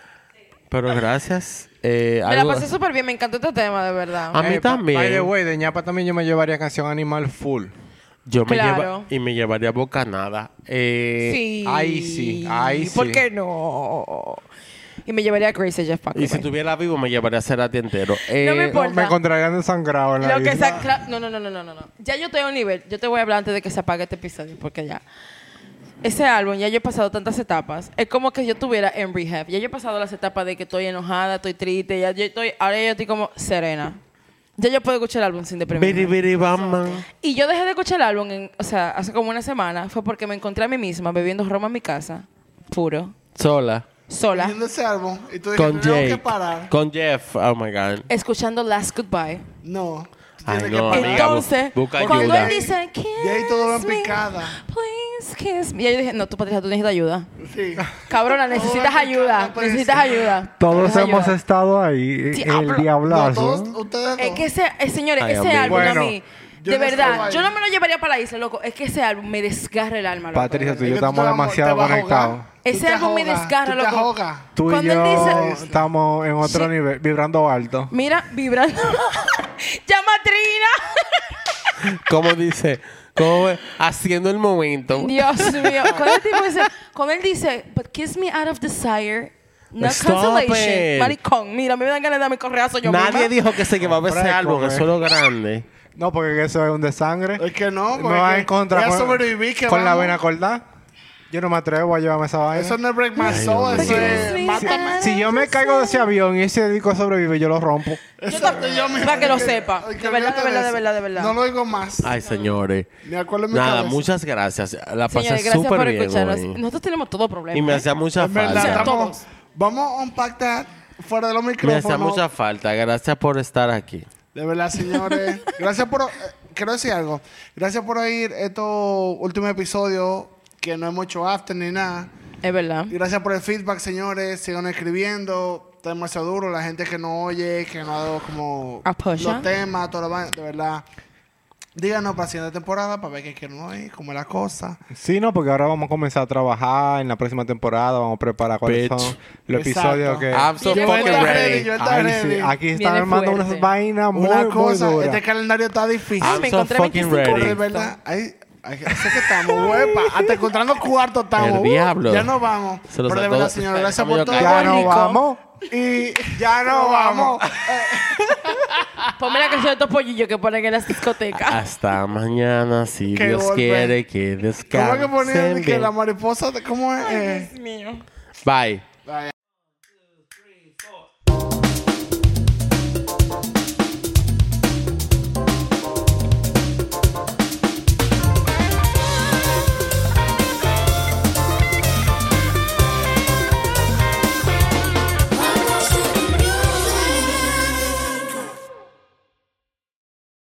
Pero gracias. Eh, Me la algo- pasé súper bien. Me encantó este tema, de verdad. A mí Eh, pa- también. By the way, de ñapa también yo me llevaría canción Animal Full. Yo me Claro. lleva y me llevaría bocanada. Eh, sí. ahí sí, ahí ¿Por sí. qué no? Y me llevaría a Crazy Jeff Paco. Y si estuviera vivo me llevaría a Cerati entero. Eh, No me No, importa. me encontrarían desangrado en la Lo que isla. sea, cla- no, no, no, no, no, no, no. Ya yo estoy a un nivel. Yo te voy a hablar antes de que se apague este episodio, porque ya. Ese álbum, ya yo he pasado tantas etapas. Es como que yo estuviera en rehab. Ya yo he pasado las etapas de que estoy enojada, estoy triste. Ya yo estoy, ahora yo estoy como serena. Ya yo puedo escuchar el álbum sin Biri deprimirme. biri bam bam. Y yo dejé de escuchar el álbum, en, o sea, hace como una semana. Fue porque me encontré a mí misma bebiendo ron en mi casa, puro, Sola. sola, Viendo ese álbum y tú dijiste, Con tengo que Jake. parar. Con Jeff. Oh my God. escuchando Last Goodbye. No. tú Ay, tienes no, que parar. amiga, bu- Entonces, busca cuando ayuda. él dice, kiss Y ahí todo va en me, picada. please kiss me. Y yo dije, no, tú, Patricia, tú necesitas ayuda. Sí. Cabrona, necesitas Todo va en ayuda. picada, pues. Necesitas ayuda. Todos Necesitas hemos ayuda. estado ahí. Sí, el ah, pero- No, diablazo. todos ustedes dos. Es que ese, eh, señores, Ay, ese amigo. álbum Bueno, a mí, yo de no estaba verdad, ahí. yo no me lo llevaría para la isla, loco. Es que ese álbum me desgarra el alma, loco. Patricia, tú y Es yo que tú estamos te vas a- demasiado te vas a ahogar. conectados. Ese Tú te álbum me ahogas, desgarra, tú te loco. ahogas. Tú y Cuando él yo dice- estamos en otro Sí. nivel, vibrando alto. Mira, vibrando. Llama a Trina. Como dice, como haciendo el momento. Dios mío. Cuando el tipo dice, cuando él dice, but kiss me out of desire, no Stop consolation. it. Maricón, mira, me dan ganas de darme correazo yo Nadie misma. dijo que se llevaba ese Fresco, álbum, eh. eso es lo grande. No, porque eso es un desangre. Es que no, Me porque vas a encontrar ya con, sobreviví que con la vamos. vena cortada. Yo no me atrevo a llevarme esa vaina. Eso no es break my Ay, soul, Dios eso mío. es mátame. Si yo me caigo de ese avión y ese disco sobrevive, yo lo rompo. Exacto, yo me- Para que lo sepa. Ay, que De verdad, olvídate de verdad, de eso. verdad, de verdad. No lo digo más. Ay, señores. Me acuerdo en mi Nada, cabeza. muchas gracias. La pasé Señores, gracias por súper bien escucharnos. hoy. Nosotros tenemos todo problema. Y me ¿eh? hacía mucha Es verdad, O sea, falta. estamos- todos. Vamos a unpack that fuera de los Me micrófonos. hacía mucha falta. Gracias por estar aquí. De verdad, señores. Gracias por... eh, quiero decir algo. Gracias por oír estos últimos episodios que no hemos hecho after ni nada. Es verdad. Y gracias por el feedback, señores. Sigan escribiendo. Está demasiado duro. La gente que no oye, que no ha dado como Apoya. los temas, toda la vaina. De verdad. Díganos para la siguiente temporada para ver qué quieren oír, cómo es la cosa. Sí, no, porque ahora vamos a comenzar a trabajar en la próxima temporada. Vamos a preparar cuáles Bitch. son los Exacto. episodios que... I'm so Viene fucking fuerte. ready. Yo está Ay, ready. sí, aquí están Viene armando fuerte. unas vainas muy, Una muy cosa, duras. este calendario está difícil. Ay, I'm me so encontré fucking veinticinco ready. De verdad. Ay, ay, sé que estamos, huepa. Hasta encontrando cuarto estamos. El diablo. Ya nos vamos. Se los Pero de sacó- verdad, señor, gracias por Amigo, todo. Ya Rico. no vamos. Y ya no vamos. Ponme la canción de estos pollillos que ponen en las discotecas. Hasta mañana, si Que Dios volver. quiere que ¿Cómo es descansen que ponían que bien. la mariposa, de- cómo es? Eh, Dios mío. Bye. Vaya.